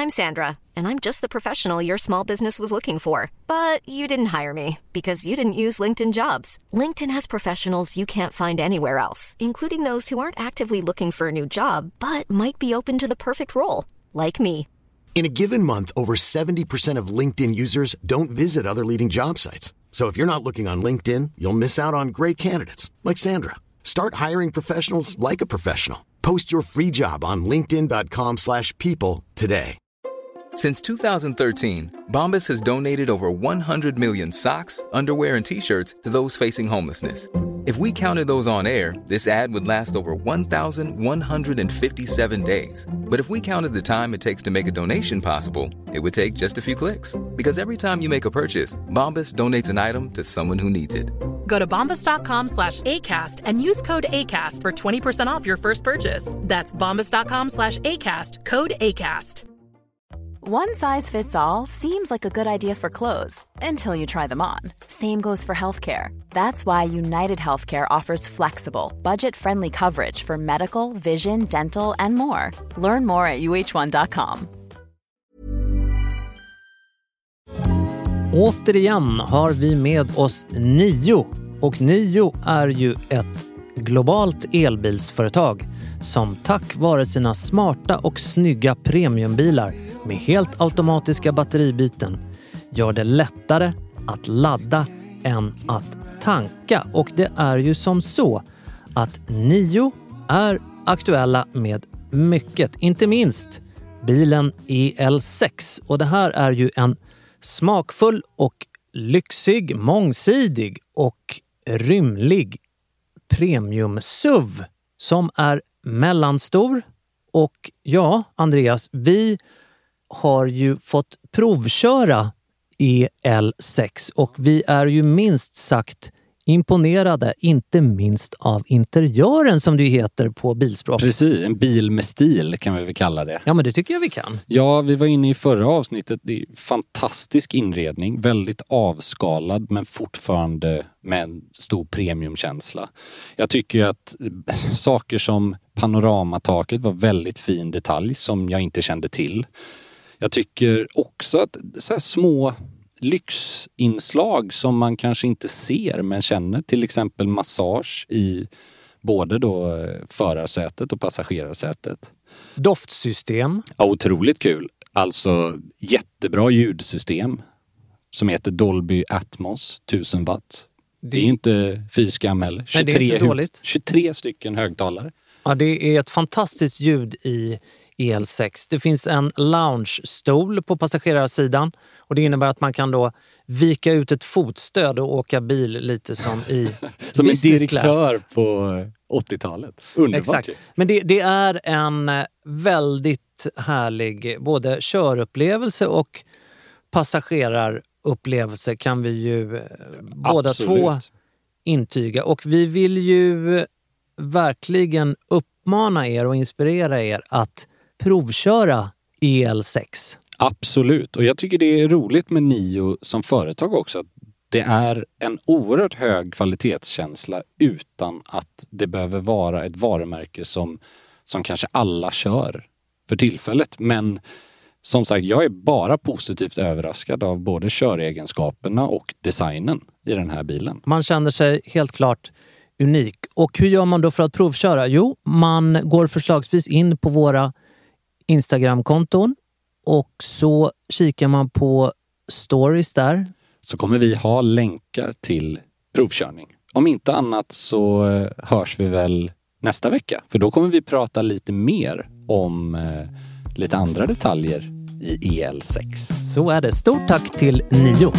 I'm Sandra, and I'm just the professional your small business was looking for. But you didn't hire me because you didn't use LinkedIn Jobs. LinkedIn has professionals you can't find anywhere else, including those who aren't actively looking for a new job, but might be open to the perfect role, like me. In a given month, over 70% of LinkedIn users don't visit other leading job sites. So if you're not looking on LinkedIn, you'll miss out on great candidates like Sandra. Start hiring professionals like a professional. Post your free job on linkedin.com/people today. Since 2013, Bombas has donated over 100 million socks, underwear, and T-shirts to those facing homelessness. If we counted those on air, this ad would last over 1,157 days. But if we counted the time it takes to make a donation possible, it would take just a few clicks. Because every time you make a purchase, Bombas donates an item to someone who needs it. Go to bombas.com/ACAST and use code ACAST for 20% off your first purchase. That's bombas.com/ACAST, code ACAST. One size fits all seems like a good idea for clothes until you try them on. Same goes for healthcare. That's why United Healthcare offers flexible, budget-friendly coverage for medical, vision, dental, and more. Learn more at uh1.com. Återigen har vi med oss NIO. Och NIO är ju ett globalt elbilsföretag som tack vare sina smarta och snygga premiumbilar med helt automatiska batteribyten gör det lättare att ladda än att tanka. Och det är ju som så att NIO är aktuella med mycket, inte minst bilen EL6. Och det här är ju en smakfull och lyxig, mångsidig och rymlig premium-SUV som är mellanstor. Och ja, Andreas, vi har ju fått provköra EL6 och vi är ju minst sagt imponerade, inte minst av interiören som det heter på bilspråk. Precis, en bil med stil kan vi väl kalla det. Ja, men det tycker jag vi kan. Ja, vi var inne i förra avsnittet. Det är fantastisk inredning, väldigt avskalad men fortfarande med en stor premiumkänsla. Jag tycker att saker som panoramataket var väldigt fin detalj som jag inte kände till. Jag tycker också att så här små lyxinslag som man kanske inte ser men känner, till exempel massage i både då förarsätet och passagerarsätet. Doftsystem. Ja, otroligt kul. Alltså jättebra ljudsystem som heter Dolby Atmos 1000 watt. Det är inte fy skam heller. 23, nej, det är inte dåligt. 23 stycken högtalare. Ja, det är ett fantastiskt ljud i EL6. Det finns en lounge-stol på passagerarsidan och det innebär att man kan då vika ut ett fotstöd och åka bil lite som i som en direktör på 80-talet. Underbart. Exakt. Men det är en väldigt härlig både körupplevelse och passagerarupplevelse kan vi ju båda två intyga. Och vi vill ju verkligen uppmana er och inspirera er att provköra EL6. Absolut. Och jag tycker det är roligt med NIO som företag också. Det är en oerhört hög kvalitetskänsla utan att det behöver vara ett varumärke som kanske alla kör för tillfället. Men som sagt, jag är bara positivt överraskad av både köregenskaperna och designen i den här bilen. Man känner sig helt klart unik. Och hur gör man då för att provköra? Jo, man går förslagsvis in på våra Instagram-konton och så kikar man på stories där. Så kommer vi ha länkar till provkörning. Om inte annat så hörs vi väl nästa vecka. För då kommer vi prata lite mer om lite andra detaljer i EL6. Så är det. Stort tack till NIO.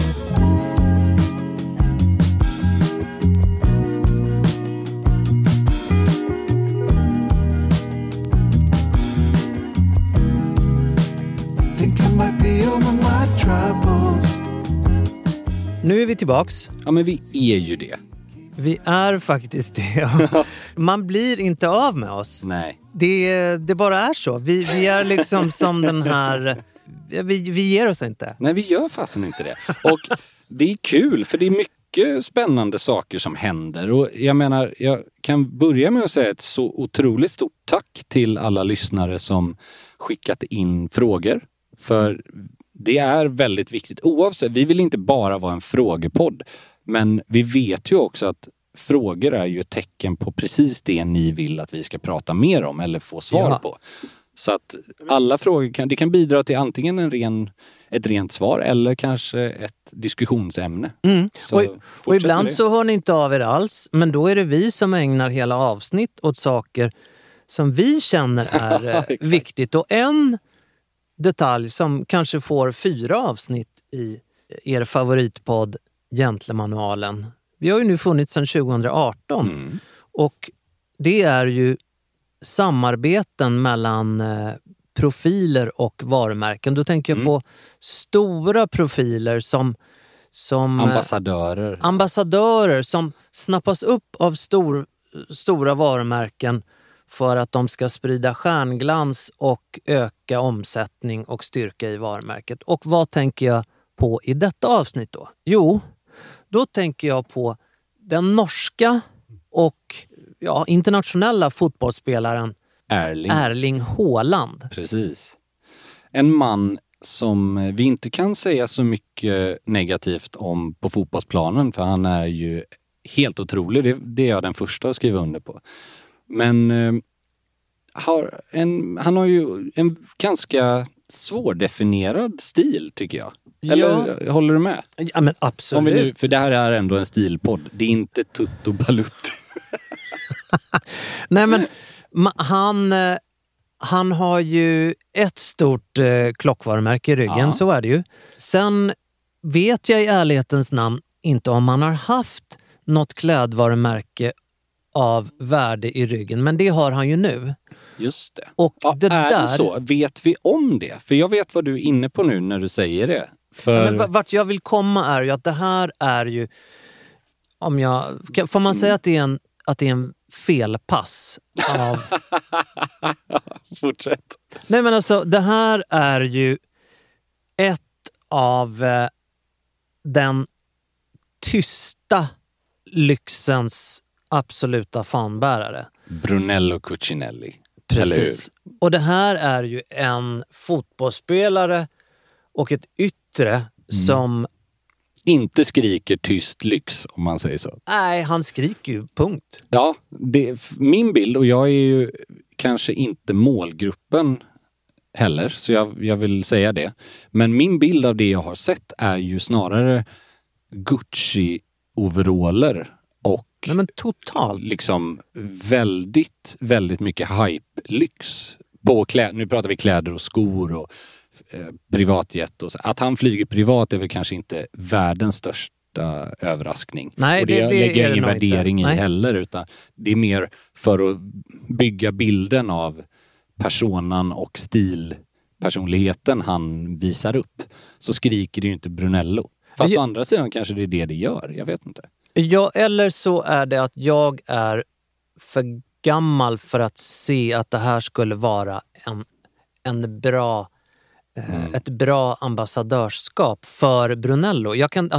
Nu är vi tillbaks. Ja, men vi är ju det. Vi är faktiskt det. Man blir inte av med oss. Nej. Det bara är så. Vi är liksom som den här... Vi ger oss inte. Nej, vi gör fasen inte det. Och det är kul för det är mycket spännande saker som händer. Och jag menar, jag kan börja med att säga ett så otroligt stort tack till alla lyssnare som skickat in frågor. För det är väldigt viktigt. Oavsett, vi vill inte bara vara en frågepodd. Men vi vet ju också att frågor är ju ett tecken på precis det ni vill att vi ska prata mer om eller få svar på. Så att alla frågor det kan bidra till antingen ett rent svar eller kanske ett diskussionsämne. Och ibland så hör ni inte av er alls, men då är det vi som ägnar hela avsnitt åt saker som vi känner är viktigt. Och en detalj som kanske får 4 avsnitt i er favoritpodd Gentlemanualen. Vi har ju nu funnits sedan 2018 och det är ju samarbeten mellan profiler och varumärken. Då tänker jag på stora profiler som ambassadörer som snappas upp av stora varumärken för att de ska sprida stjärnglans och öka omsättning och styrka i varumärket. Och vad tänker jag på i detta avsnitt då? Jo, då tänker jag på den norska och internationella fotbollsspelaren Erling Haaland. Precis. En man som vi inte kan säga så mycket negativt om på fotbollsplanen, för han är ju helt otrolig. Det är jag den första att skriva under på. Men han har ju en ganska svårdefinierad stil, tycker jag. Eller håller du med? Ja, men absolut. För det här är ändå en stilpodd. Det är inte Tutto Balutti. Nej, men han har ju ett stort klockvarumärke i ryggen, så är det ju. Sen vet jag i ärlighetens namn inte om han har haft något klädvarumärke av värde i ryggen, men det har han ju nu. Just det. Och det det så? Vet vi om det? För jag vet vad du är inne på nu när du säger det. Men vart jag vill komma är ju att det här är ju, får man säga att det är en felpass av... Fortsätt. Nej, men alltså, det här är ju ett av den tysta lyxens absoluta fanbärare. Brunello Cucinelli. Precis. Och det här är ju en fotbollsspelare och ett yttre som inte skriker tyst lyx, om man säger så. Nej, han skriker ju, punkt. Ja, min bild, och jag är ju kanske inte målgruppen heller, så jag vill säga det. Men min bild av det jag har sett är ju snarare Gucci-overaller och totalt. Liksom väldigt, väldigt mycket hype-lyx. Nu pratar vi kläder och skor och privatjet. Och så. Att han flyger privat är väl kanske inte världens största överraskning. Nej, och det lägger jag ingen värdering inte. i heller, utan det är mer för att bygga bilden av personan och stilpersonligheten han visar upp. Så skriker det ju inte Brunello. Fast å andra sidan kanske det är det gör. Jag vet inte. Ja, eller så är det att jag är för gammal för att se att det här skulle vara ett bra ambassadörskap för Brunello.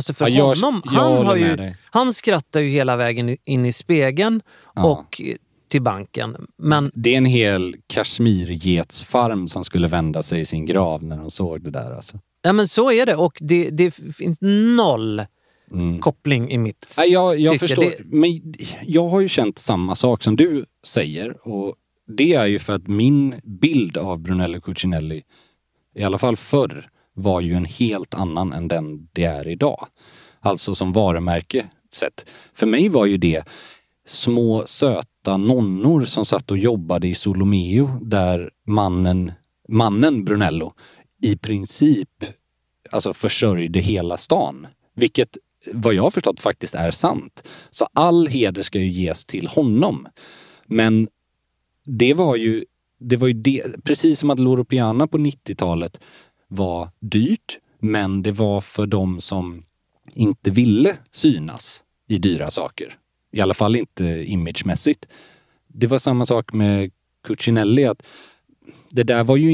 Han skrattar ju hela vägen in i spegeln och till banken. Men det är en hel kashmirgetsfarm som skulle vända sig i sin grav när de såg det där. Alltså. Ja, men så är det. Och det finns noll koppling i mitt jag förstår. Men jag har ju känt samma sak som du säger. Och det är ju för att min bild av Brunello Cucinelli, i alla fall förr, var ju en helt annan än den det är idag. Alltså som varumärke sett. För mig var ju det små söta nonnor som satt och jobbade i Solomeo, där mannen Brunello i princip alltså försörjde hela stan. Vilket, vad jag har förstått, faktiskt är sant. Så all heder ska ju ges till honom. Men det var ju det, precis som att Loro Piana på 90-talet var dyrt, men det var för de som inte ville synas i dyra saker. I alla fall inte imagemässigt. Det var samma sak med Cucinelli, att det var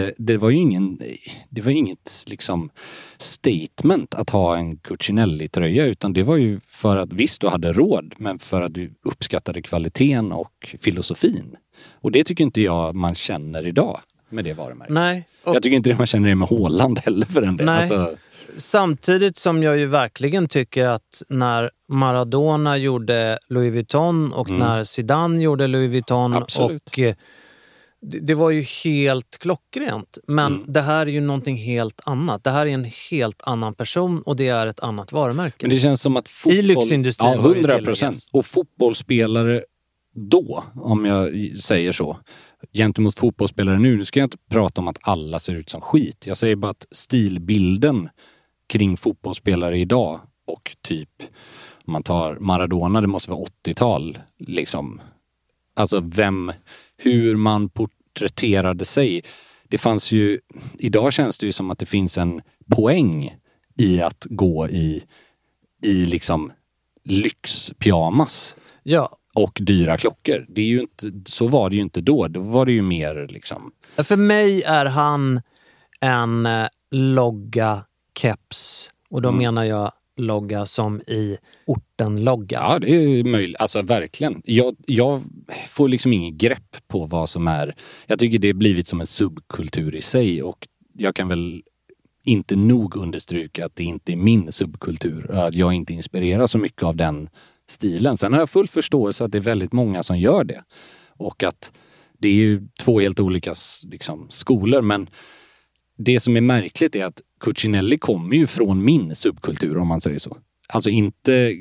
inget liksom statement att ha en Cucinelli-tröja, utan det var ju för att visst du hade råd, men för att du uppskattade kvaliteten och filosofin. Och det tycker inte jag man känner idag. med det varumärket. Nej. Jag tycker inte det man känner det med Haaland heller för den del. Nej. Alltså, samtidigt som jag ju verkligen tycker att när Maradona gjorde Louis Vuitton och när Zidane gjorde Louis Vuitton absolut. och det var ju helt klockrent. Men det här är ju någonting helt annat. Det här är en helt annan person och det är ett annat varumärke. Men det känns som att i lyxindustrin. 100%. Och fotbollsspelare då, om jag säger så, gentemot fotbollsspelare nu ska jag inte prata om att alla ser ut som skit. Jag säger bara att stilbilden kring fotbollsspelare idag och typ, om man tar Maradona, det måste vara 80-tal liksom. Alltså hur man porträtterade sig. Det fanns ju, idag känns det ju som att det finns en poäng i att gå i liksom lyxpyjamas. Ja. Och dyra klockor. Det är ju inte, så var det ju inte då. Då var det ju mer liksom... För mig är han en logga keps. Och då menar jag logga som i orten-logga. Ja, det är möjligt. Alltså verkligen. Jag får liksom ingen grepp på vad som är... Jag tycker det är blivit som en subkultur i sig. Och jag kan väl inte nog understryka att det inte är min subkultur. Att jag inte inspirerar så mycket av den stilen. Sen har jag full förståelse att det är väldigt många som gör det. Och att det är ju två helt olika liksom, skolor. Men det som är märkligt är att Cucinelli kommer ju från min subkultur, om man säger så. Alltså inte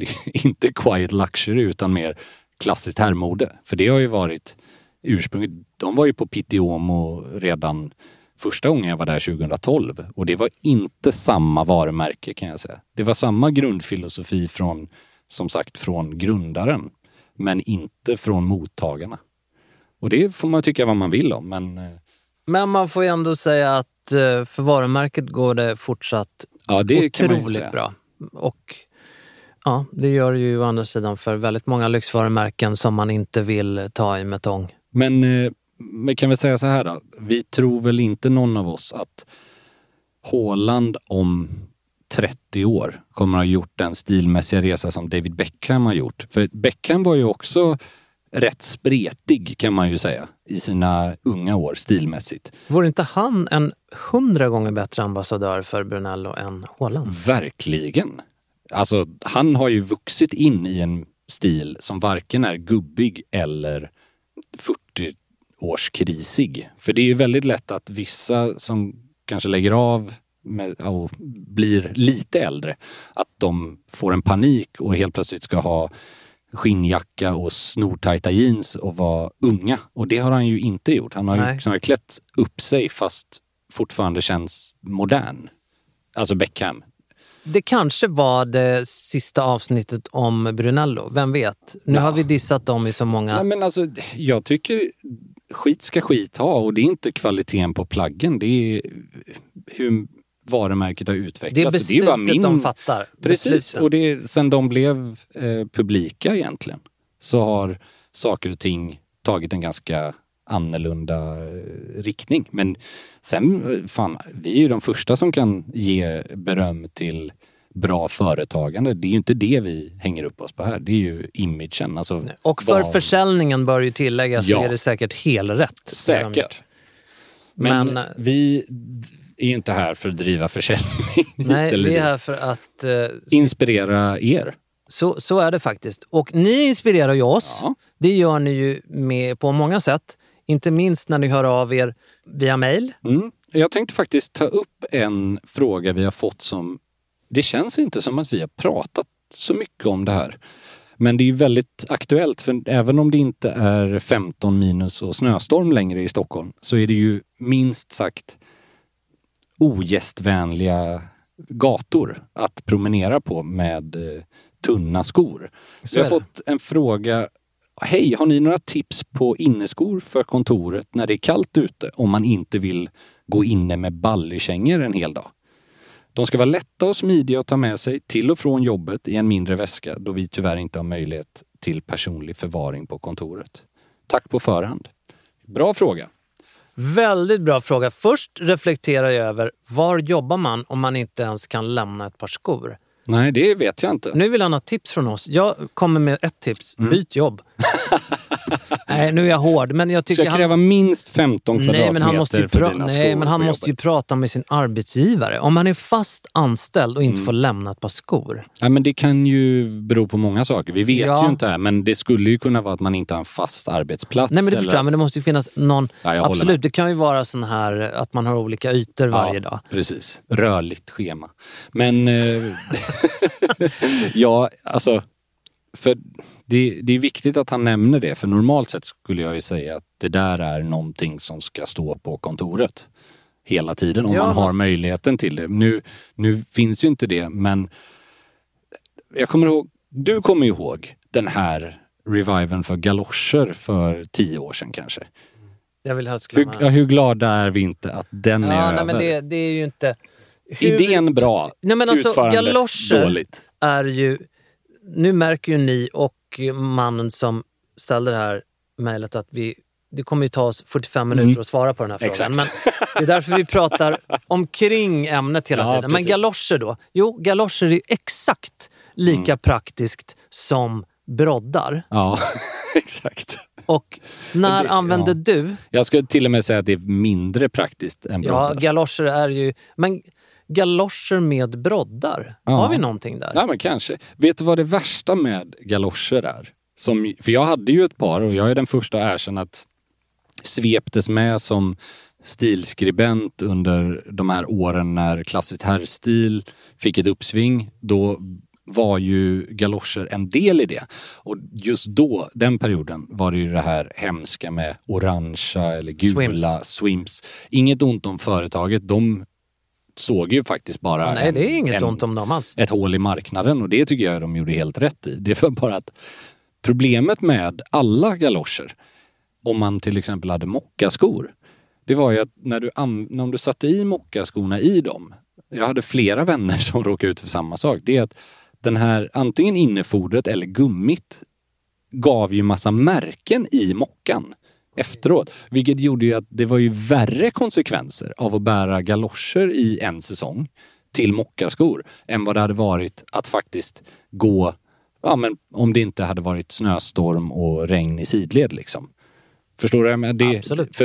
quiet luxury utan mer klassiskt herrmode. För det har ju varit ursprunget. De var ju på Pitti Uomo redan första gången jag var där 2012. Och det var inte samma varumärke kan jag säga. Det var samma grundfilosofi från, som sagt, från grundaren. Men inte från mottagarna. Och det får man tycka vad man vill om. Men man får ju ändå säga att för varumärket går det fortsatt otroligt bra. Och ja, det gör det ju å andra sidan för väldigt många lyxvarumärken som man inte vill ta i med tång. Men vi kan väl säga så här då. Vi tror väl inte någon av oss att Haaland om 30 år kommer att ha gjort den stilmässiga resa som David Beckham har gjort. För Beckham var ju också rätt spretig kan man ju säga i sina unga år stilmässigt. Vore inte han en 100 gånger bättre ambassadör för Brunello än Haaland? Verkligen. Alltså han har ju vuxit in i en stil som varken är gubbig eller 40-årskrisig. För det är ju väldigt lätt att vissa som kanske lägger av och blir lite äldre, att de får en panik och helt plötsligt ska ha skinnjacka och snortajta jeans och vara unga. Och det har han ju inte gjort. Han har ju klätt upp sig fast fortfarande känns modern. Alltså Beckham. Det kanske var det sista avsnittet om Brunello. Vem vet? Nu har vi dissat dem i så många... Nej, men alltså, jag tycker skit ska skit ha. Och det är inte kvaliteten på plaggen. Det är hur varumärket har utvecklats. Det är beslutet de fattar. Precis. Besluten. Och det, sen de blev publika egentligen så har saker och ting tagit en ganska annorlunda riktning. Men sen, fan, vi är ju de första som kan ge beröm till bra företagande. Det är ju inte det vi hänger upp oss på här. Det är ju imagen. Alltså, och för försäljningen bör ju tilläggas så är det säkert helt rätt. Säkert. Men vi är ju inte här för att driva försäljning. Nej, vi är här för att inspirera er. Så är det faktiskt. Och ni inspirerar ju oss. Ja. Det gör ni ju med på många sätt. Inte minst när ni hör av er via mejl. Jag tänkte faktiskt ta upp en fråga vi har fått som... Det känns inte som att vi har pratat så mycket om det här. Men det är ju väldigt aktuellt. För även om det inte är 15 minus och snöstorm längre i Stockholm så är det ju minst sagt ogästvänliga gator att promenera på med tunna skor. Så jag har fått en fråga. Hej, har ni några tips på inneskor för kontoret när det är kallt ute om man inte vill gå inne med ballykängor en hel dag? De ska vara lätta och smidiga att ta med sig till och från jobbet i en mindre väska då vi tyvärr inte har möjlighet till personlig förvaring på kontoret. Tack på förhand. Bra fråga. Väldigt bra fråga. Först reflekterar jag över var jobbar man om man inte ens kan lämna ett par skor? Nej, det vet jag inte. Nu vill han ha tips från oss. Jag kommer med ett tips. Byt jobb. Nej, nu är jag hård, men jag tycker ska kräva minst 15 kvadratmeter. Men han måste ju prata med sin arbetsgivare. Om han är fast anställd och inte får lämna ett par skor. Ja, men det kan ju bero på många saker. Vi vet ju inte här, men det skulle ju kunna vara att man inte har en fast arbetsplats. Nej, men det förstår jag, men det måste ju finnas någon... Ja, absolut, det kan ju vara sån här att man har olika ytor varje dag. Precis. Rörligt schema. Men ja, alltså för det är viktigt att han nämner det, för normalt sett skulle jag ju säga att det där är någonting som ska stå på kontoret hela tiden om man har möjligheten till det. Nu finns ju inte det, men jag kommer ihåg, du kommer ihåg den här reviven för galoscher för 10 år sedan kanske. Jag vill helst glömma. Hur glada är vi inte att den är över? Nej, men det är ju inte... Idén bra, nej, men alltså, utförandet galoscher dåligt. Är ju... Nu märker ju ni och mannen som ställde det här mejlet att det kommer ju ta oss 45 minuter att svara på den här frågan. Exakt. Men det är därför vi pratar omkring ämnet hela tiden. Precis. Men galoscher då? Jo, galoscher är exakt lika praktiskt som broddar. Ja, exakt. Och när använder du? Jag skulle till och med säga att det är mindre praktiskt än broddar. Ja, galoscher är ju... Men galoscher med broddar. Har vi någonting där? Ja, men kanske. Vet du vad det värsta med galoscher är? För jag hade ju ett par, och jag är den första att erkänna att sveptes med som stilskribent under de här åren när klassisk herrstil fick ett uppsving. Då var ju galoscher en del i det. Och just då, den perioden, var det ju det här hemska med orangea eller gula swims. Inget ont om företaget. De såg ju faktiskt bara det är inget ont om dem alls. Ett hål i marknaden, och det tycker jag de gjorde helt rätt i. Det var bara att problemet med alla galoscher, om man till exempel hade mockaskor, det var ju att när du satte i mockaskorna i dem, jag hade flera vänner som råkade ut för samma sak, det är att den här antingen innefodret eller gummit gav ju massa märken i mockan efteråt. Vilket gjorde ju att det var ju värre konsekvenser av att bära galoscher i en säsong till mockaskor än vad det hade varit att faktiskt gå, men om det inte hade varit snöstorm och regn i sidled liksom. Förstår du? Men absolut.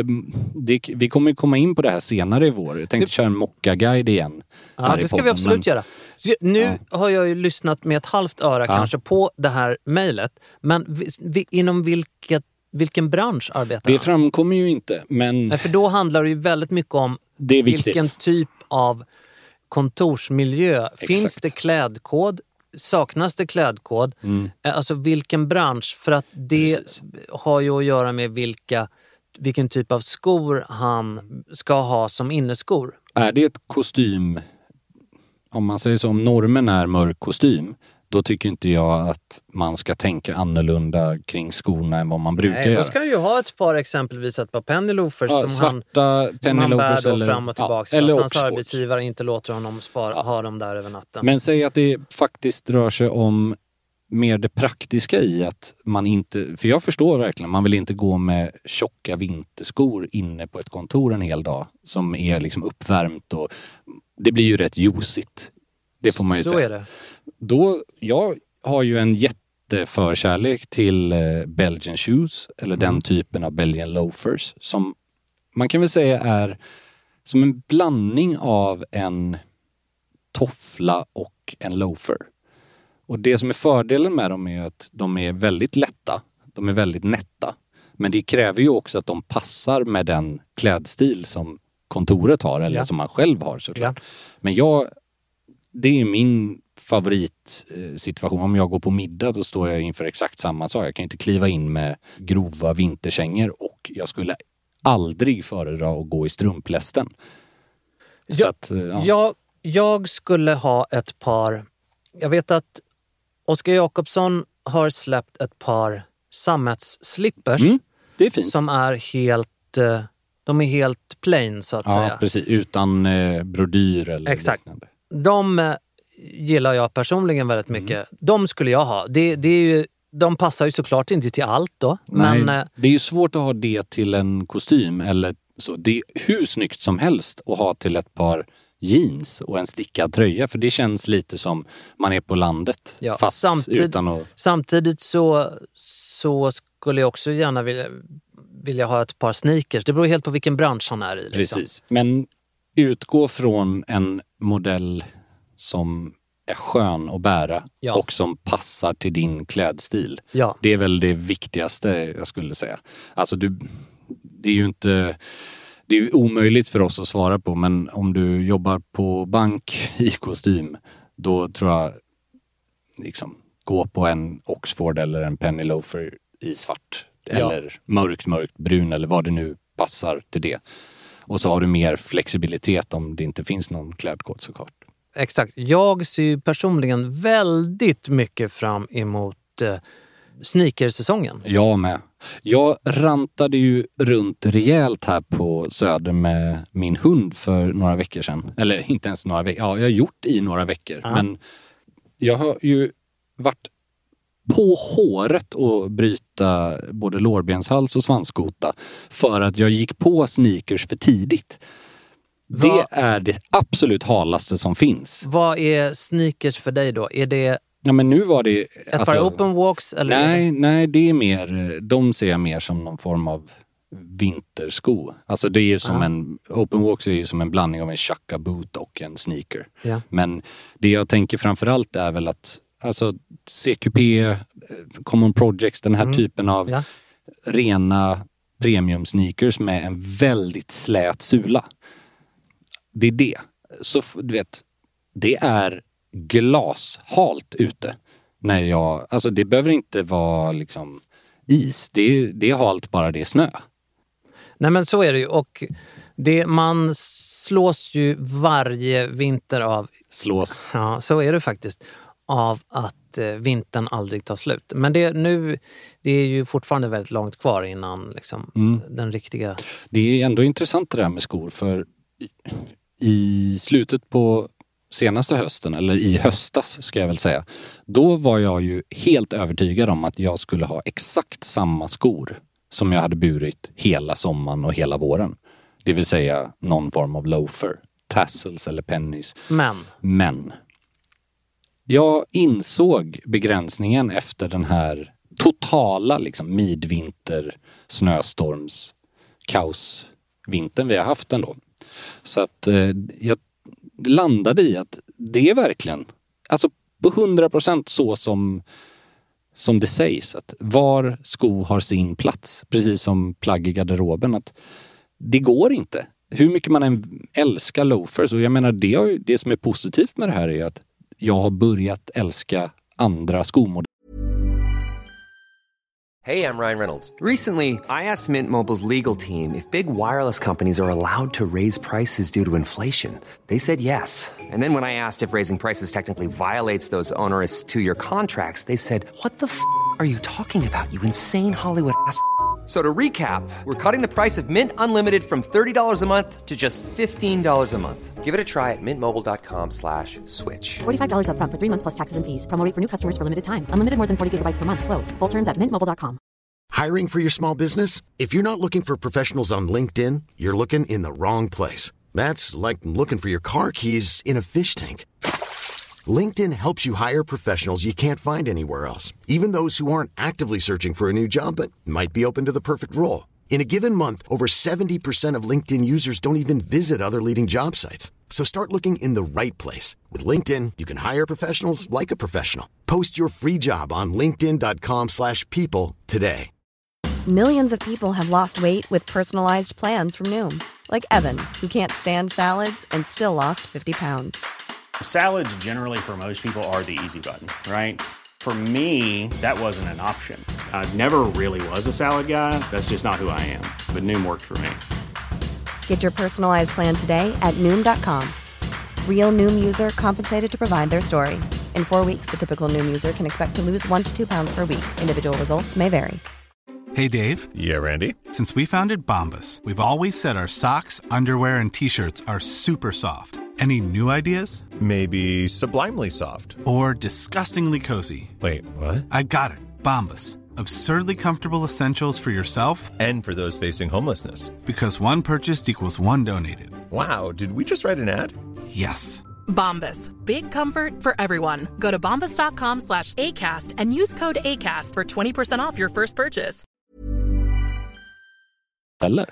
Vi kommer komma in på det här senare i vår. Jag tänkte köra en mocka-guide igen. Ja, det ska vi absolut göra. Så nu har jag ju lyssnat med ett halvt öra kanske på det här mejlet. Men inom vilken bransch arbetar det framkommer ju inte, men... Nej, för då handlar det ju väldigt mycket om vilken typ av kontorsmiljö. Exakt. Finns det klädkod? Saknas det klädkod? Alltså vilken bransch? För att det har ju att göra med vilken typ av skor han ska ha som inneskor. Är det ett kostym, om man säger så, om normen är mörk kostym, då tycker inte jag att man ska tänka annorlunda kring skorna än vad man brukar göra. Då ska ju ha ett par, exempelvis ett par penny loafers som han bär då fram och tillbaka. Eller att hans arbetsgivare inte låter honom ha dem där över natten. Men säg att det faktiskt rör sig om mer det praktiska i att man inte, för jag förstår verkligen, man vill inte gå med tjocka vinterskor inne på ett kontor en hel dag som är liksom uppvärmt, och det blir ju rätt ljusigt. Det får man ju säga. Så är det. Jag har ju en jätteförkärlek till Belgian shoes, eller den typen av Belgian loafers, som man kan väl säga är som en blandning av en toffla och en loafer. Och det som är fördelen med dem är att de är väldigt lätta, de är väldigt nätta, men det kräver ju också att de passar med den klädstil som kontoret har, eller som man själv har såklart. Men det är min favoritsituation. Om jag går på middag, då står jag inför exakt samma sak. Jag kan inte kliva in med grova vinterkängor, och jag skulle aldrig föredra att gå i strumplästen. Jag skulle ha ett par... Jag vet att Oskar Jakobsson har släppt ett par sammetsslippers. Det är fint. Som är de är helt plain, så att säga. Ja, precis. Utan brodyr eller liknande. De gillar jag personligen väldigt mycket. De skulle jag ha. Det är ju, de passar ju såklart inte till allt då. Nej, men det är ju svårt att ha det till en kostym eller så. Det är hur snyggt som helst att ha till ett par jeans och en stickad tröja. För det känns lite som man är på landet. Ja, fast utan att... Samtidigt så skulle också gärna vilja ha ett par sneakers. Det beror helt på vilken bransch han är i. Liksom. Precis, men utgå från en modell som är skön att bära och som passar till din klädstil. Ja. Det är väl det viktigaste jag skulle säga. Alltså det är ju inte... Det är ju omöjligt för oss att svara på, men om du jobbar på bank i kostym, då tror jag liksom gå på en Oxford eller en Penny Loafer i svart eller mörkt brun eller vad det nu passar till det. Och så har du mer flexibilitet om det inte finns någon klädkod såklart. Exakt. Jag ser personligen väldigt mycket fram emot sneakersäsongen. Jag med. Jag rantade ju runt rejält här på Söder med min hund för några veckor sedan. Eller inte ens några veckor. Ja, jag har gjort i några veckor. Ja. Men jag har ju varit på håret och bryta både lårbenshals och svanskota för att jag gick på sneakers för tidigt. Det är det absolut halaste som finns. Vad är sneakers för dig då? Är det... Ja, men nu var det... Ett par open walks? Eller? Nej, det är mer... De ser jag mer som någon form av vintersko. Alltså det är ju som en... Open walks är ju som en blandning av en chukka boot och en sneaker. Ja. Men det jag tänker framförallt är väl att... Alltså CQP, Common Projects, den här typen av rena premium sneakers med en väldigt slät sula. Det är det. Så du vet, det är glashalt ute. Alltså det behöver inte vara liksom is. Det är halt bara det är snö. Nej, men så är det ju. Och man slås ju varje vinter av... Slås. Ja, så är det faktiskt. Av att vintern aldrig tar slut. Men det är ju fortfarande väldigt långt kvar innan liksom, den riktiga... Det är ändå intressant det där med skor, för i slutet på senaste hösten, eller i höstas ska jag väl säga, då var jag ju helt övertygad om att jag skulle ha exakt samma skor som jag hade burit hela sommaren och hela våren. Det vill säga någon form av loafer, tassels eller pennies. Men jag insåg begränsningen efter den här totala liksom midvinter snöstorms kaosvintern vi har haft ändå. Så att jag landade i att det är verkligen, alltså på 100% så som det sägs, att var sko har sin plats, precis som plagg i garderoben, att det går inte. Hur mycket man än älskar loafers, och jag menar det som är positivt med det här är att jag har börjat älska andra skomodeller. Hey, I'm Ryan Reynolds. Recently, I asked Mint Mobile's legal team if big wireless companies are allowed to raise prices due to inflation. They said yes. And then when I asked if raising prices technically violates those onerous 2-year contracts, they said, "What the f*** are you talking about, you insane Hollywood ass?" So to recap, we're cutting the price of Mint Unlimited from $30 a month to just $15 a month. Give it a try at mintmobile.com/switch. $45 up front for 3 months plus taxes and fees. Promo rate for new customers for limited time. Unlimited more than 40 gigabytes per month. Slows full terms at mintmobile.com. Hiring for your small business? If you're not looking for professionals on LinkedIn, you're looking in the wrong place. That's like looking for your car keys in a fish tank. LinkedIn helps you hire professionals you can't find anywhere else, even those who aren't actively searching for a new job but might be open to the perfect role. In a given month, over 70% of LinkedIn users don't even visit other leading job sites. So start looking in the right place. With LinkedIn, you can hire professionals like a professional. Post your free job on linkedin.com/people today. Millions of people have lost weight with personalized plans from Noom. Like Evan, who can't stand salads and still lost 50 pounds. Salads generally for most people are the easy button, right? For me, that wasn't an option. I never really was a salad guy. That's just not who I am. But Noom worked for me. Get your personalized plan today at Noom.com. Real Noom user compensated to provide their story. In 4 weeks, the typical Noom user can expect to lose 1 to 2 pounds per week. Individual results may vary. Hey, Dave. Yeah, Randy. Since we founded Bombas, we've always said our socks, underwear, and T-shirts are super soft. Any new ideas? Maybe sublimely soft. Or disgustingly cozy. Wait, what? I got it. Bombas. Absurdly comfortable essentials for yourself and for those facing homelessness. Because one purchased equals one donated. Wow, did we just write an ad? Yes. Bombas. Big comfort for everyone. Go to bombas.com/ACAST and use code ACAST for 20% off your first purchase. Eller?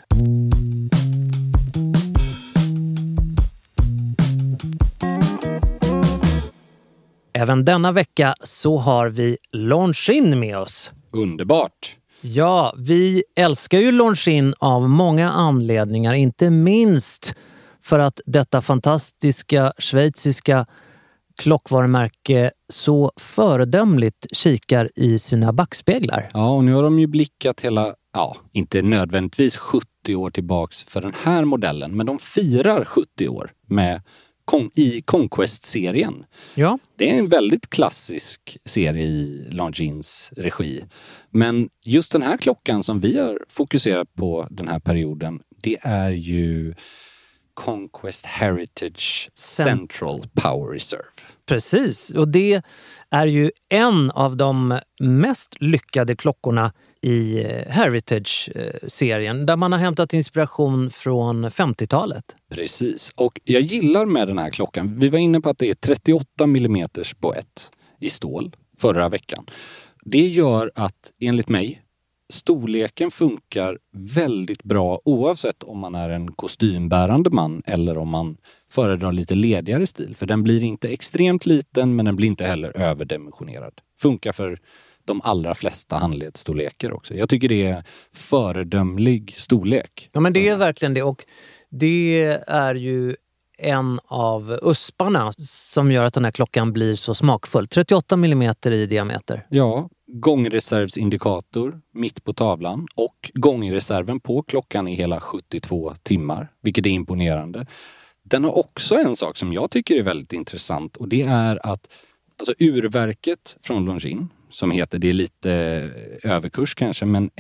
Även denna vecka så har vi Longines med oss. Underbart! Ja, vi älskar ju Longines av många anledningar, inte minst för att detta fantastiska schweiziska klockvarumärke så föredömligt kikar i sina backspeglar. Ja, och nu har de ju blickat hela, inte nödvändigtvis 70 år tillbaks för den här modellen, men de firar 70 år med i Conquest-serien. Ja. Det är en väldigt klassisk serie i Longines regi. Men just den här klockan som vi har fokuserat på den här perioden, det är ju Conquest Heritage Central Power Reserve. Precis, och det är ju en av de mest lyckade klockorna i Heritage-serien där man har hämtat inspiration från 50-talet. Precis, och jag gillar med den här klockan. Vi var inne på att det är 38 mm boett i stål förra veckan. Det gör att, enligt mig, storleken funkar väldigt bra oavsett om man är en kostymbärande man eller om man föredrar lite ledigare stil. För den blir inte extremt liten, men den blir inte heller överdimensionerad. Funkar för de allra flesta handledsstorlekar också. Jag tycker det är föredömlig storlek. Ja, men det är verkligen det, och det är ju en av usparna som gör att den här klockan blir så smakfull. 38 mm i diameter. Ja, gångreservsindikator mitt på tavlan och gångreserven på klockan i hela 72 timmar, vilket är imponerande. Den har också en sak som jag tycker är väldigt intressant, och det är att urverket från Longines, som heter, det är lite överkurs kanske, men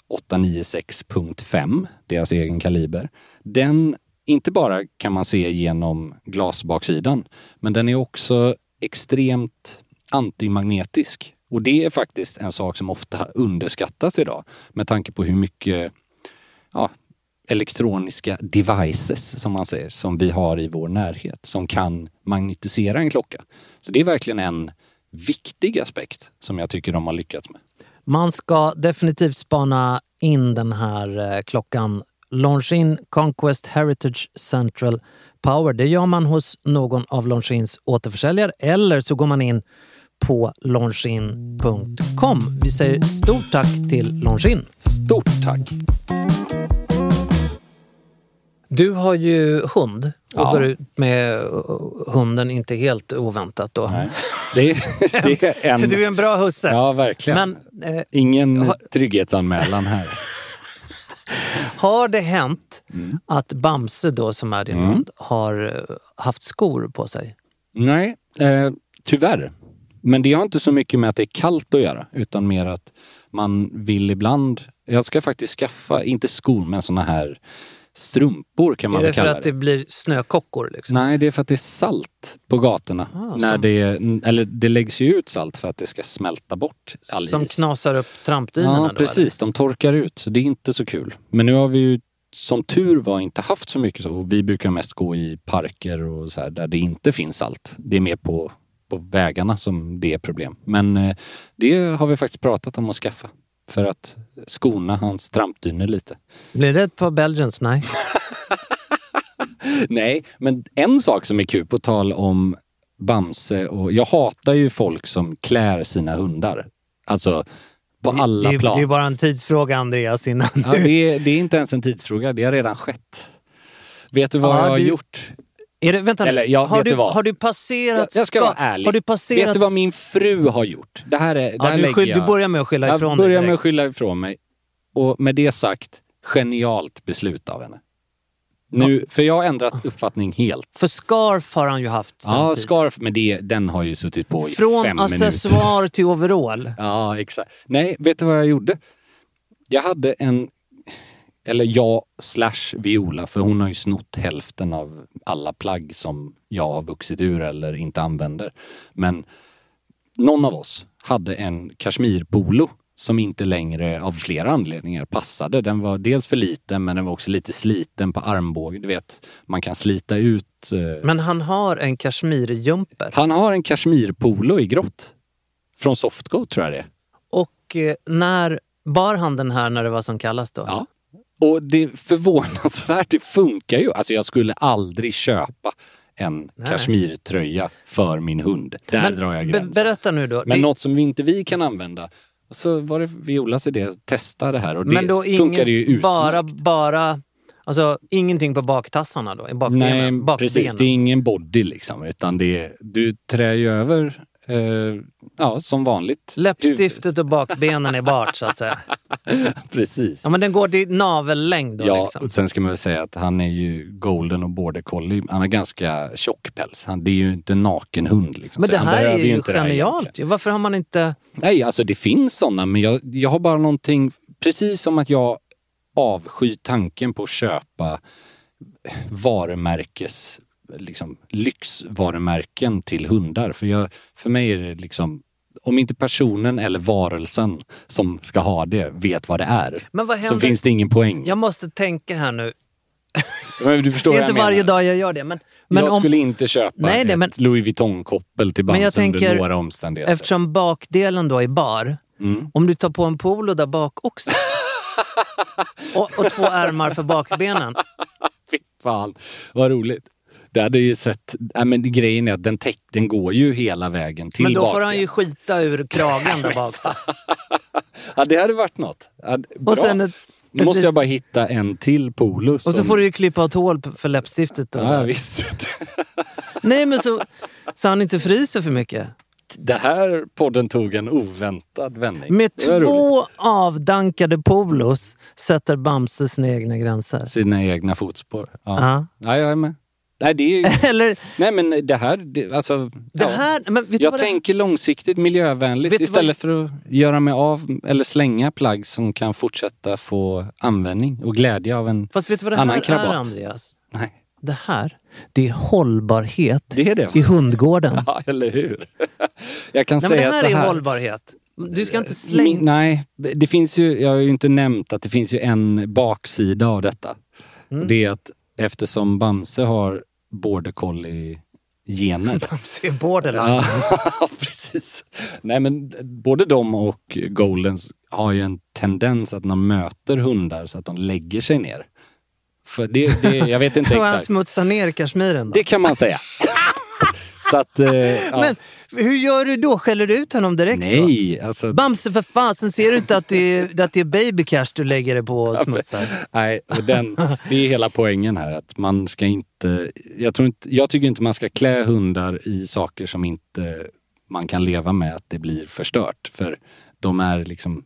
L896.5, deras egen kaliber. Den inte bara kan man se genom glasbaksidan, men den är också extremt antimagnetisk. Och det är faktiskt en sak som ofta underskattas idag med tanke på hur mycket elektroniska devices, som man säger, som vi har i vår närhet som kan magnetisera en klocka. Så det är verkligen en viktig aspekt som jag tycker de har lyckats med. Man ska definitivt spana in den här klockan. Longines Conquest Heritage Central Power. Det gör man hos någon av Longines återförsäljare, eller så går man in på longines.com. Vi säger stort tack till Longines. Stort tack! Du har ju hund och går ut med hunden, inte helt oväntat då. Nej. Det är en... Du är en bra husse. Ja, verkligen. Men, ingen trygghetsanmälan här. Har det hänt att Bamse då, som är din hund, har haft skor på sig? Nej, tyvärr. Men det har inte så mycket med att det är kallt att göra, utan mer att man vill ibland... Jag ska faktiskt skaffa, inte skor, men såna här strumpor kan man väl kalla det. Är det för att det blir snökockor liksom? Nej, det är för att det är salt på gatorna. När det läggs ju ut salt för att det ska smälta bort all is. Som knasar upp trampdynorna. Ja, precis. De torkar ut, så det är inte så kul. Men nu har vi ju som tur var inte haft så mycket så. Vi brukar mest gå i parker och så här, där det inte finns salt. Det är mer på vägarna som det är problem. Men det har vi faktiskt pratat om att skaffa. För att skona hans trampdynor lite. Blir det ett par Belgians? Nej. Nej, men en sak som är kul på tal om Bamse, och jag hatar ju folk som klär sina hundar. Alltså på alla plan. Det är bara en tidsfråga, Andreas, innan ja, det är inte ens en tidsfråga. Det har redan skett. Vet du vad jag har gjort? Är det, vänta, eller, har du passerat... Jag ska vara ärlig. Har du passerat... Vet du vad min fru har gjort? Det här är, du börjar med att skylla ifrån dig. Jag börjar med att skylla ifrån mig. Och med det sagt, genialt beslut av henne. Nu, för jag har ändrat uppfattning helt. För scarf har han ju haft samtidigt. Ja, scarf, men den har ju suttit på i 5 minuter. Från accessoar till overall. Ja, exakt. Nej, vet du vad jag gjorde? Jag hade Viola, för hon har ju snott hälften av alla plagg som jag har vuxit ur eller inte använder. Men någon av oss hade en kashmirpolo som inte längre av flera anledningar passade. Den var dels för liten, men den var också lite sliten på armbågen. Du vet, man kan slita ut... Men han har en kashmirjumper. Han har en kashmirpolo i grått. Från Softgo tror jag det. Och när bar han den här när det var som kallast då? Ja. Och det är förvånansvärt, det funkar ju. Alltså jag skulle aldrig köpa en kashmirtröja för min hund. Där drar jag gränsen. Berätta nu då. Men något som vi kan använda. Så var det Violas idé att testa det här. Och det men då funkar ju utmärkt. Bara alltså ingenting på baktassarna då? Nej, precis. Det är ingen body liksom. Utan du trär ju över... som vanligt. Läppstiftet och bakbenen är bart så att säga. Precis. Ja, men den går till navellängd då liksom. Och sen ska man väl säga att han är ju golden och border collie. Han har ganska tjock päls. Det är ju inte en naken hund liksom. Men det här är ju genialt. Varför har man inte... Nej, alltså det finns sådana. Men jag har bara någonting... Precis som att jag avskyr tanken på att köpa varumärkes... liksom lyxvarumärken till hundar. För mig är det liksom, om inte personen eller varelsen som ska ha det vet vad det är, men vad händer? Så finns det ingen poäng. Jag måste tänka här nu. Men du förstår det är inte varje dag jag gör det. Men jag skulle inte köpa ett Louis Vuitton-koppel till Bamse under några omständigheter. Eftersom bakdelen då är bar, om du tar på en polo där bak också och 2 ärmar för bakbenen. Fy fan, vad roligt. Det hade ju sett... men grejen är att den går ju hela vägen till. Men då får han ju skita ur kragen där bak. Ja, det hade varit något. Bra. Och sen nu måste jag bara hitta en till polo. Och så får du ju klippa åt hål för läppstiftet. Ja, visst. Nej, men så han inte fryser för mycket. Det här podden tog en oväntad vändning. Med 2 avdankade polos sätter Bamse sina egna gränser. Sina egna fotspår. Ja, jag är med. Nej, det är ju... Eller... Nej, men det här... Men jag tänker långsiktigt, miljövänligt. Istället för att göra mig av eller slänga plagg som kan fortsätta få användning och glädje av en annan krabat. Fast vet du vad det här är, Andreas? Nej. Det är hållbarhet det är det. I hundgården. Ja, eller hur? Jag kan säga men det här så här. är hållbarhet. Du ska inte slänga... Nej, det finns ju... Jag har ju inte nämnt att det finns ju en baksida av detta. Det är att eftersom Bamse har border collie-gener. Bamse är borderline. Ja, precis. Nej, men både de och Goldens har ju en tendens att när de möter hundar så att de lägger sig ner. För det jag vet inte exakt. Och han smutsar ner kashmiren då? Det kan man säga. Så att, Men hur gör du då? Skäller du ut honom direkt? Nej, då? Alltså... Bamse, för fan, ser du inte att det är baby cash du lägger det på och smutsar? Nej, det är hela poängen här. Att man ska inte... Jag tycker inte man ska klä hundar i saker som inte man kan leva med att det blir förstört. För de är liksom...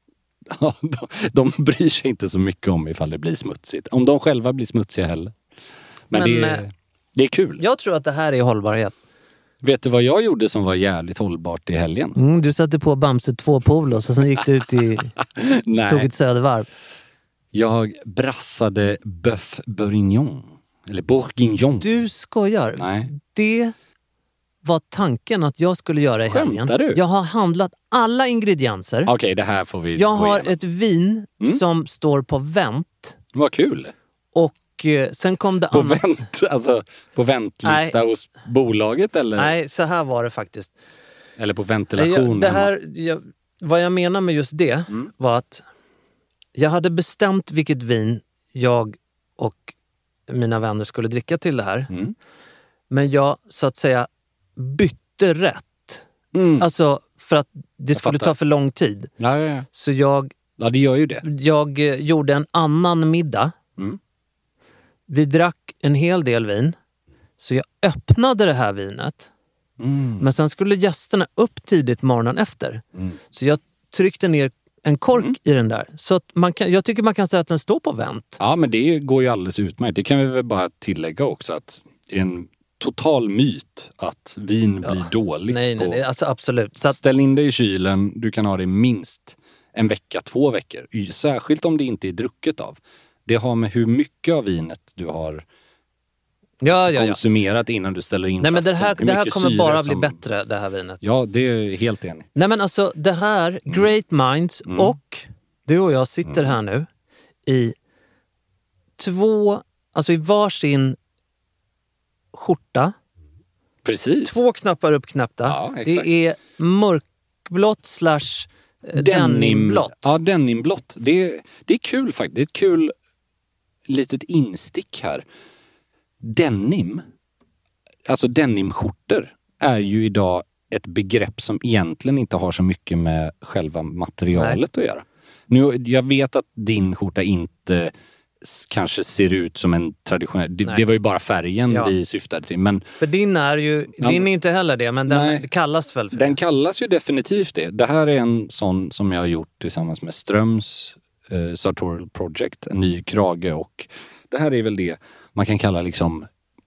de bryr sig inte så mycket om ifall det blir smutsigt. Om de själva blir smutsiga heller. Men det är kul. Jag tror att det här är hållbarhet. Vet du vad jag gjorde som var jävligt hållbart i helgen? Du satte på Bamse 2 polos och sen gick du ut tog ett södervarv. Jag brassade bœuf bourguignon. Eller bourguignon. Du skojar. Nej. Det var tanken att jag skulle göra i helgen. Skämtar du? Jag har handlat alla ingredienser. Okej, det här får vi Jag har ett vin som står på vänt. Vad kul. Och sen kom det på väntlista hos bolaget eller? Nej, så här var det faktiskt. Eller på ventilation. Vad jag menar med just det var att jag hade bestämt vilket vin jag och mina vänner skulle dricka till det här. Men jag så att säga bytte rätt. Alltså för att det skulle ta för lång tid. Ja. Så det gör ju det. Jag gjorde en annan middag. Vi drack en hel del vin. Så jag öppnade det här vinet. Men sen skulle gästerna upp tidigt morgonen efter. Så jag tryckte ner en kork i den där. Så att jag tycker man kan säga att den står på vänt. Ja, men det går ju alldeles utmärkt. Det kan vi väl bara tillägga också att det är en total myt att vin blir dåligt. Nej, alltså absolut. Så ställ in det i kylen. Du kan ha det minst en vecka, 2 veckor. Särskilt om det inte är drucket av. Det har med hur mycket av vinet du har konsumerat innan du ställer in. Nej, men det här kommer bara bli som... bättre, det här vinet. Ja, det är helt enig. Nej, men alltså det här, Great Minds och du och jag sitter här nu i i varsin skjorta. Precis. 2 knappar uppknäppta. Ja, det är mörkblått / denimblått. Ja, denimblått. Det är kul faktiskt. Det är ett kul litet instick här. Denim, alltså denimskjortor, är ju idag ett begrepp som egentligen inte har så mycket med själva materialet att göra. Nu, jag vet att din skjorta inte kanske ser ut som en traditionell... Det var ju bara färgen vi syftade till. Men, för din är ju... Din är inte heller det, men den kallas väl för den kallas ju definitivt det. Det här är en sån som jag har gjort tillsammans med Ströms Sartorial Project. En ny krage, och det här är väl det man kan kalla liksom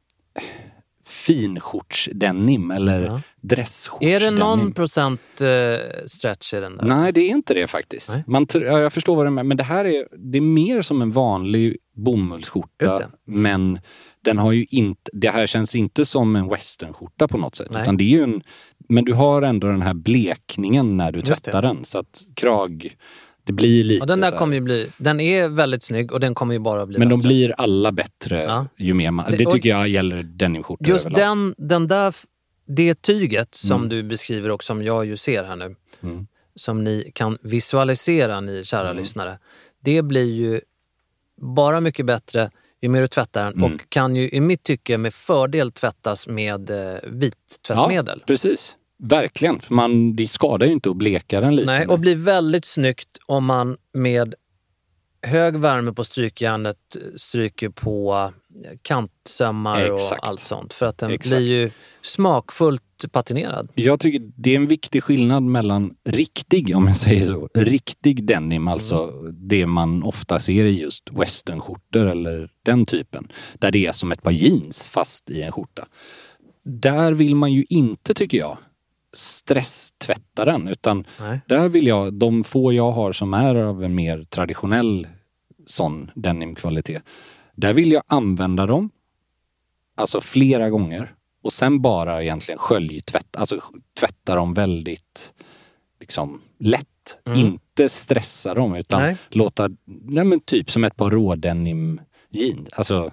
finskjortsdenim eller dressskjortsdenim. Är det någon procent stretch i den där? Nej, det är inte det faktiskt. Jag förstår vad det är, men det här är mer som en vanlig bomullsskjorta, men den har ju inte, det här känns inte som en westernskjorta på något sätt, utan det är ju men du har ändå den här blekningen när du tvättar den, så att det blir lite... Och den där kommer ju bli... Den är väldigt snygg och den kommer ju bara bli men bättre. De blir alla bättre ju mer man... Det tycker jag gäller denimskjortor just överlag. Den där... Det tyget som du beskriver och som jag ju ser här nu, som ni kan visualisera, ni kära lyssnare, det blir ju bara mycket bättre ju mer du tvättar den, och kan ju i mitt tycke med fördel tvättas med vit tvättmedel. Ja, precis. Verkligen, för det skadar ju inte att bleka den lite. Nej, och blir väldigt snyggt om man med hög värme på strykjärnet stryker på kantsömmar och allt sånt. För att den blir ju smakfullt patinerad. Jag tycker det är en viktig skillnad mellan riktig, om jag säger så, riktig denim, alltså det man ofta ser i just westernskjortor eller den typen, där det är som ett par jeans fast i en skjorta. Där vill man ju inte, tycker jag, stresstvätta den, utan där vill jag, de få jag har som är av en mer traditionell sån denimkvalitet, där vill jag använda dem alltså flera gånger och sen bara egentligen sköljtvätta, alltså tvätta dem väldigt liksom lätt, inte stressa dem, utan låta, typ som ett par rådenim jeans, alltså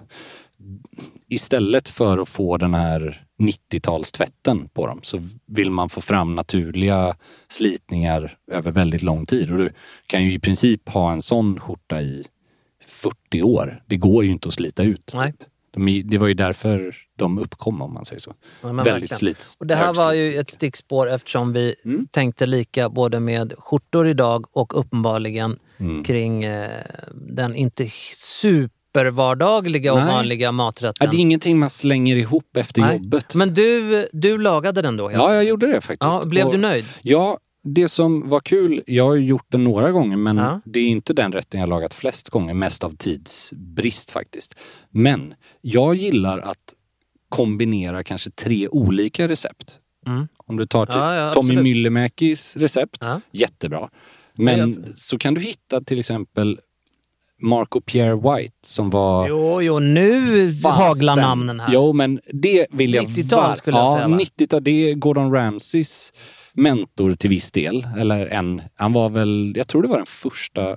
istället för att få den här 90-talstvätten på dem, så vill man få fram naturliga slitningar över väldigt lång tid. Och du kan ju i princip ha en sån skjorta i 40 år. Det går ju inte att slita ut. Typ. Det var ju därför de uppkom, om man säger så. Väldigt slits. Och det här var ju ett stickspår eftersom vi tänkte lika både med skjortor idag och uppenbarligen kring den inte supervardagliga och vanliga maträtten. Det är ingenting man slänger ihop efter jobbet. Men du lagade den då? Ja, jag gjorde det faktiskt. Ja, blev du nöjd? Ja, det som var kul, jag har gjort den några gånger, men det är inte den rätten jag har lagat flest gånger, mest av tidsbrist faktiskt. Men jag gillar att kombinera kanske 3 olika recept. Om du tar Tommy Myllymäkis recept, jättebra. Men så kan du hitta till exempel Marco Pierre White som var... Jo, nu haglar namnen här. Jo, men det vill jag... 90-tal skulle jag säga. 90-tal, det är Gordon Ramsays mentor till viss del. Han var väl, jag tror det var den första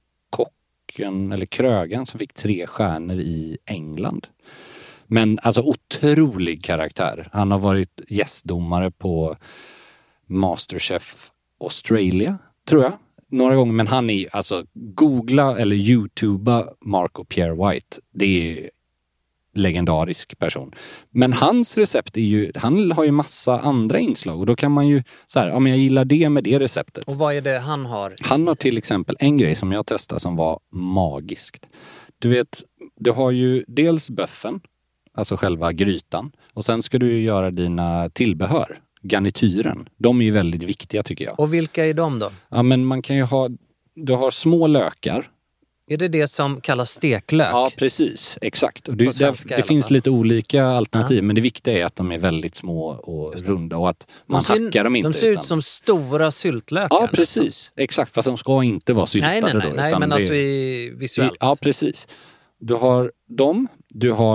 kocken eller krögan som fick 3 stjärnor i England. Men alltså otrolig karaktär. Han har varit gästdomare på Masterchef Australia, tror jag. Några gånger, men han är alltså, googla eller youtuba Marco Pierre White. Det är legendarisk person. Men hans recept är ju, han har ju massa andra inslag och då kan man ju så här, jag gillar det med det receptet. Och vad är det han har? Han har till exempel en grej som jag testade som var magiskt. Du vet, du har ju dels böffen, alltså själva grytan, och sen ska du göra dina tillbehör. Garnityren. De är ju väldigt viktiga, tycker jag. Och vilka är de då? Ja, men man kan ju ha... Du har små lökar. Är det som kallas steklök? Ja, precis. Exakt. Och det finns lite olika alternativ, men det viktiga är att de är väldigt små och runda och att man hackar dem inte. De ser ut som stora syltlökar. Ja, precis. Exakt. Fast de ska inte vara syltade då. Nej, men alltså visuellt. Ja, precis. Du har dem. Du har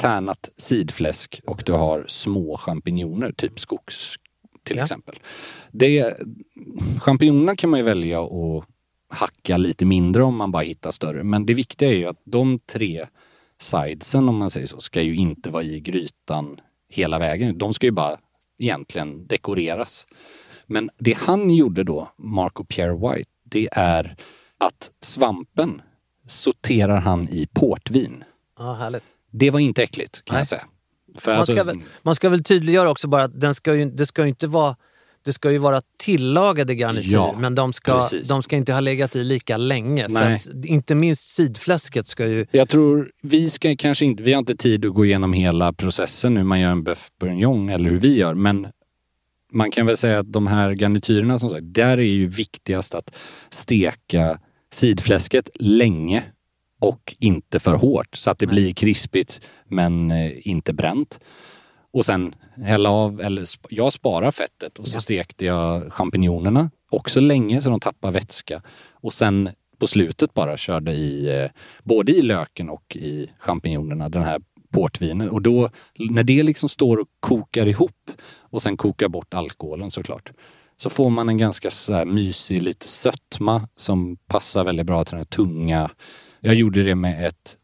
tärnat sidfläsk och du har små champinjoner, typ skogs till exempel. Champinjonerna kan man ju välja att hacka lite mindre om man bara hittar större. Men det viktiga är ju att de 3 sidesen, om man säger så, ska ju inte vara i grytan hela vägen. De ska ju bara egentligen dekoreras. Men det han gjorde då, Marco Pierre White, det är att svampen sorterar han i portvin. Ja, härligt. Det var inte äckligt, kan jag säga. För man ska väl tydliggöra också bara att det ska ju vara tillagade garnityr, men de ska inte ha legat i lika länge. För att, inte minst sidfläsket ska ju... Jag tror vi har inte tid att gå igenom hela processen nu man gör en bœuf bourguignon eller hur vi gör, men man kan väl säga att de här garnityrerna som sagt, där är ju viktigast att steka sidfläsket länge och inte för hårt så att det blir krispigt men inte bränt. Och sen hälla av, eller jag sparar fettet och så stekte jag champinjonerna också länge så de tappar vätska. Och sen på slutet bara körde i både i löken och i champinjonerna den här portvinen. Och då när det liksom står och kokar ihop och sen kokar bort alkoholen såklart, så får man en ganska så här mysig, lite sötma som passar väldigt bra till den här tunga. Jag gjorde det med ett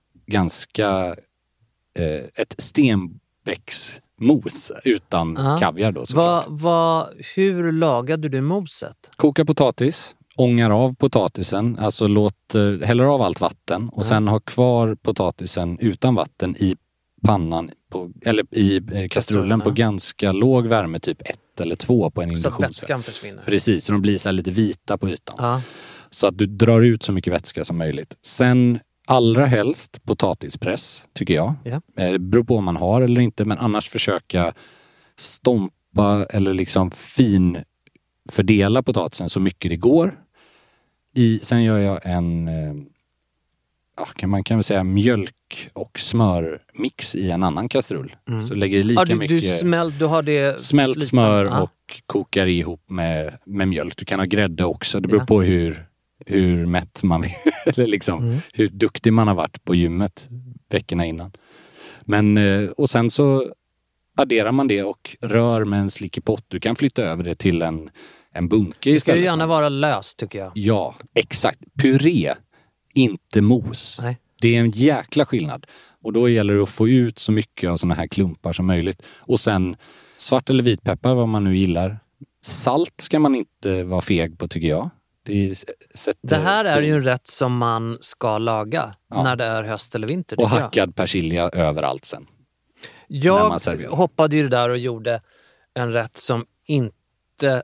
stenbäcksmos utan kaviar då såklart. Hur lagade du moset? Koka potatis, ångar av potatisen, alltså häller av allt vatten och sen ha kvar potatisen utan vatten i pannan i kastrullen på ganska låg värme, typ 1 eller 2 på en induktion. Så att vätskan försvinner. Precis, så de blir så här lite vita på ytan. Så att du drar ut så mycket vätska som möjligt. Sen allra helst potatispress, tycker jag. Det beror på om man har eller inte, men annars försöka stompa eller liksom fördela potatisen så mycket det går. Sen gör jag en man kan väl säga mjölk och smörmix i en annan kastrull. Så lägger lika mycket smält smör och kokar ihop med mjölk. Du kan ha grädde också. Det beror på hur mätt man vill. Eller liksom hur duktig man har varit på gymmet veckorna innan. Men, och sen så adderar man det och rör med en slickepott. Du kan flytta över det till en bunke istället. Det ska ju gärna vara löst, tycker jag. Ja, exakt. Puré, inte mos. Nej. Det är en jäkla skillnad. Och då gäller det att få ut så mycket av såna här klumpar som möjligt. Och sen svart eller vitpeppar, vad man nu gillar. Salt ska man inte vara feg på, tycker jag. Det här är ju en rätt som man ska laga när det är höst eller vinter. Och hackad persilja överallt sen. Jag hoppade ju där och gjorde en rätt som inte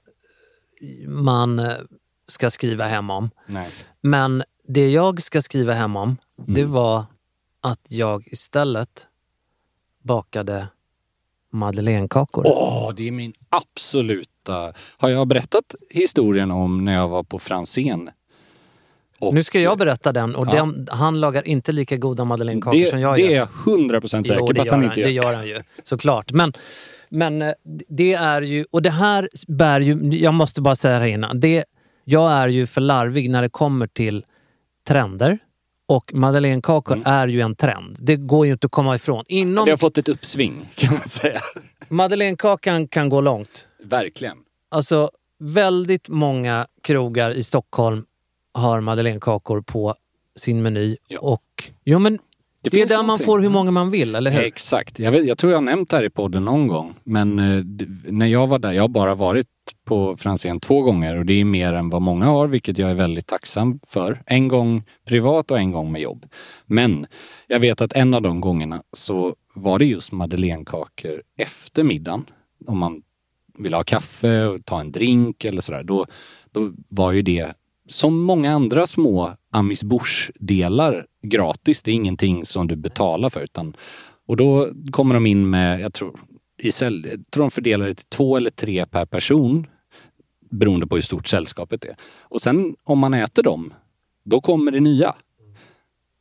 man ska skriva hem om. Nej. Men det jag ska skriva hem om, det var att jag istället bakade madeleinekakor. Det är min absoluta... Har jag berättat historien om när jag var på Franzén? Nu ska jag berätta den. Och han lagar inte lika goda madeleinekakor som jag gör. Det är jag 100% säker på att han inte gör. Det gör han ju, såklart. Men det är ju... Och det här bär ju... Jag måste bara säga här innan. Jag är ju för larvig när det kommer till trender. Och madeleinekakor är ju en trend. Det går ju inte att komma ifrån. Det har fått ett uppsving, kan man säga. Madeleinekakan kan gå långt. Verkligen. Alltså, väldigt många krogar i Stockholm har madeleinekakor på sin meny. Ja. Och men det är där man får hur många man vill, eller hur? Exakt. Jag tror jag har nämnt det här i podden någon gång. Men när jag var där, jag har bara varit på Franzén 2 gånger. Och det är mer än vad många har, vilket jag är väldigt tacksam för. En gång privat och en gång med jobb. Men jag vet att en av de gångerna så var det just madeleinekakor efter middagen. Om man vill ha kaffe och ta en drink eller sådär. Då var ju det, som många andra små amuse-bouche-delar, gratis. Det är ingenting som du betalar för. Och då kommer de in med, jag tror de fördelar det till 2 eller 3 per person, beroende på hur stort sällskapet är. Och sen om man äter dem, då kommer det nya.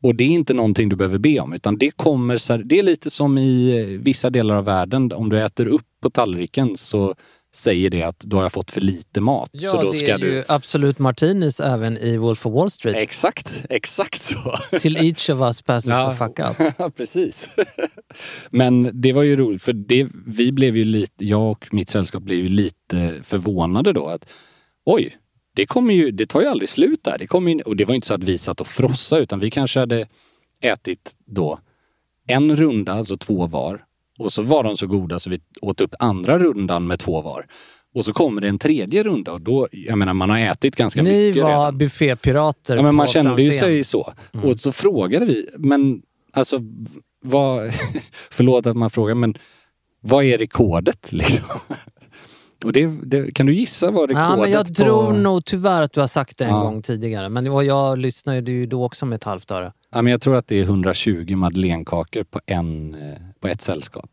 Och det är inte någonting du behöver be om, utan det kommer, det är lite som i vissa delar av världen. Om du äter upp på tallriken så säger det att då har jag fått för lite mat. Ja, så då det ska är ju absolut martinis även i Wolf of Wall Street. Exakt så. Till each of us passes the fuck up. Ja, precis. Men det var ju roligt, för vi blev ju lite, jag och mitt sällskap blev ju lite förvånade då att oj, det tar ju aldrig slut där. Och det var inte så att vi satt och frossa, utan vi kanske hade ätit då en runda, alltså 2 var. Och så var de så goda så vi åt upp andra rundan med 2 var. Och så kommer det en tredje runda och då, jag menar, man har ätit ganska mycket redan. Ni var buffépirater. Ja, men man kände ju sig så. Och så frågade vi, men alltså, förlåt att man frågar, men vad är rekordet liksom? Och det kan du gissa vad rekordet ja, men jag tror nog tyvärr att du har sagt det en gång tidigare. Men jag lyssnade ju då också med ett halvt öra. Ja, men jag tror att det är 120 madeleinekakor på ett sällskap.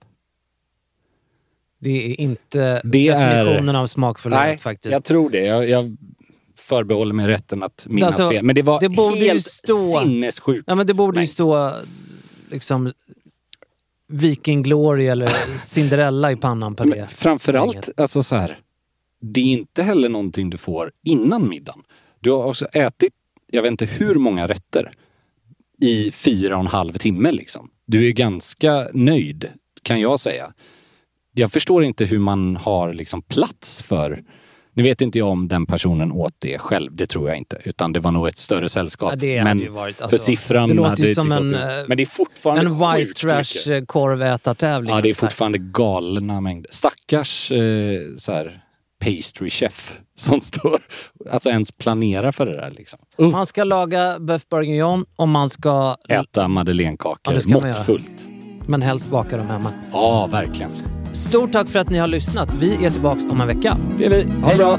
Det är inte definitionen av smakfullhet faktiskt. Nej, jag tror det. Jag förbehåller mig rätten att minnas fel. Men det var helt sinnessjukt. Ja, men det borde ju stå liksom Viking Glory eller Cinderella i pannan på det. Framförallt, alltså så här, det är inte heller någonting du får innan middagen. Du har också ätit, jag vet inte hur många rätter i 4,5 timme liksom. Du är ganska nöjd, kan jag säga. Jag förstår inte hur man har liksom plats för. Nu vet inte jag om den personen åt det själv, det tror jag inte. Utan det var nog ett större sällskap. Ja, det men ju varit, alltså, för siffran det låter ju som men det är fortfarande en white trash korvätartävling. Ja, det är fortfarande galna mängder. Stackars så här pastry chef som står, alltså ens planera för det där liksom. Man ska laga bœuf bourguignon och man ska äta madeleinekakor måttfullt. Men helst baka dem hemma. Ja, verkligen. Stort tack för att ni har lyssnat. Vi är tillbaka om en vecka. Det är vi. Ha det bra.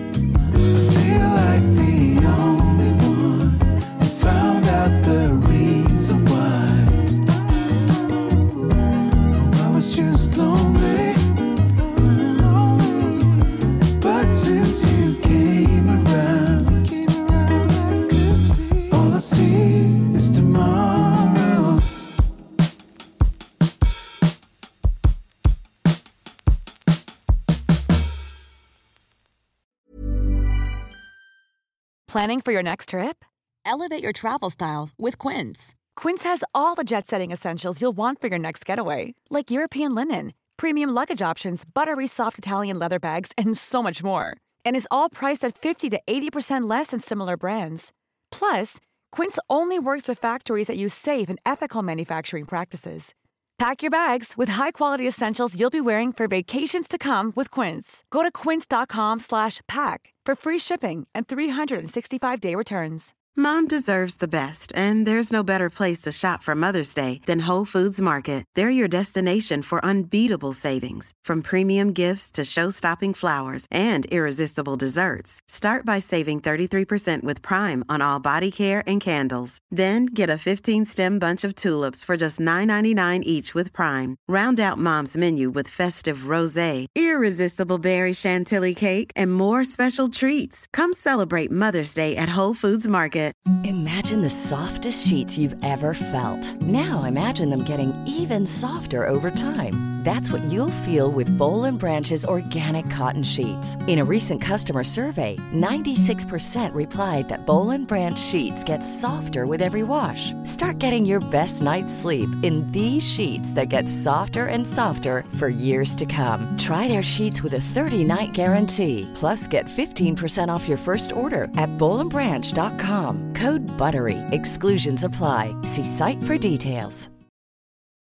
Planning for your next trip? Elevate your travel style with Quince. Quince has all the jet-setting essentials you'll want for your next getaway, like European linen, premium luggage options, buttery soft Italian leather bags, and so much more. And is all priced at 50 to 80% less than similar brands. Plus, Quince only works with factories that use safe and ethical manufacturing practices. Pack your bags with high-quality essentials you'll be wearing for vacations to come with Quince. Go to quince.com/pack for free shipping and 365-day returns. Mom deserves the best, and there's no better place to shop for Mother's Day than Whole Foods Market. They're your destination for unbeatable savings, from premium gifts to show-stopping flowers and irresistible desserts. Start by saving 33% with Prime on all body care and candles. Then get a 15-stem bunch of tulips for just $9.99 each with Prime. Round out Mom's menu with festive rosé, irresistible berry chantilly cake, and more special treats. Come celebrate Mother's Day at Whole Foods Market. Imagine the softest sheets you've ever felt. Now imagine them getting even softer over time. That's what you'll feel with Boll & Branch's organic cotton sheets. In a recent customer survey, 96% replied that Boll & Branch sheets get softer with every wash. Start getting your best night's sleep in these sheets that get softer and softer for years to come. Try their sheets with a 30-night guarantee. Plus, get 15% off your first order at bollandbranch.com. Code BUTTERY. Exclusions apply. See site for details.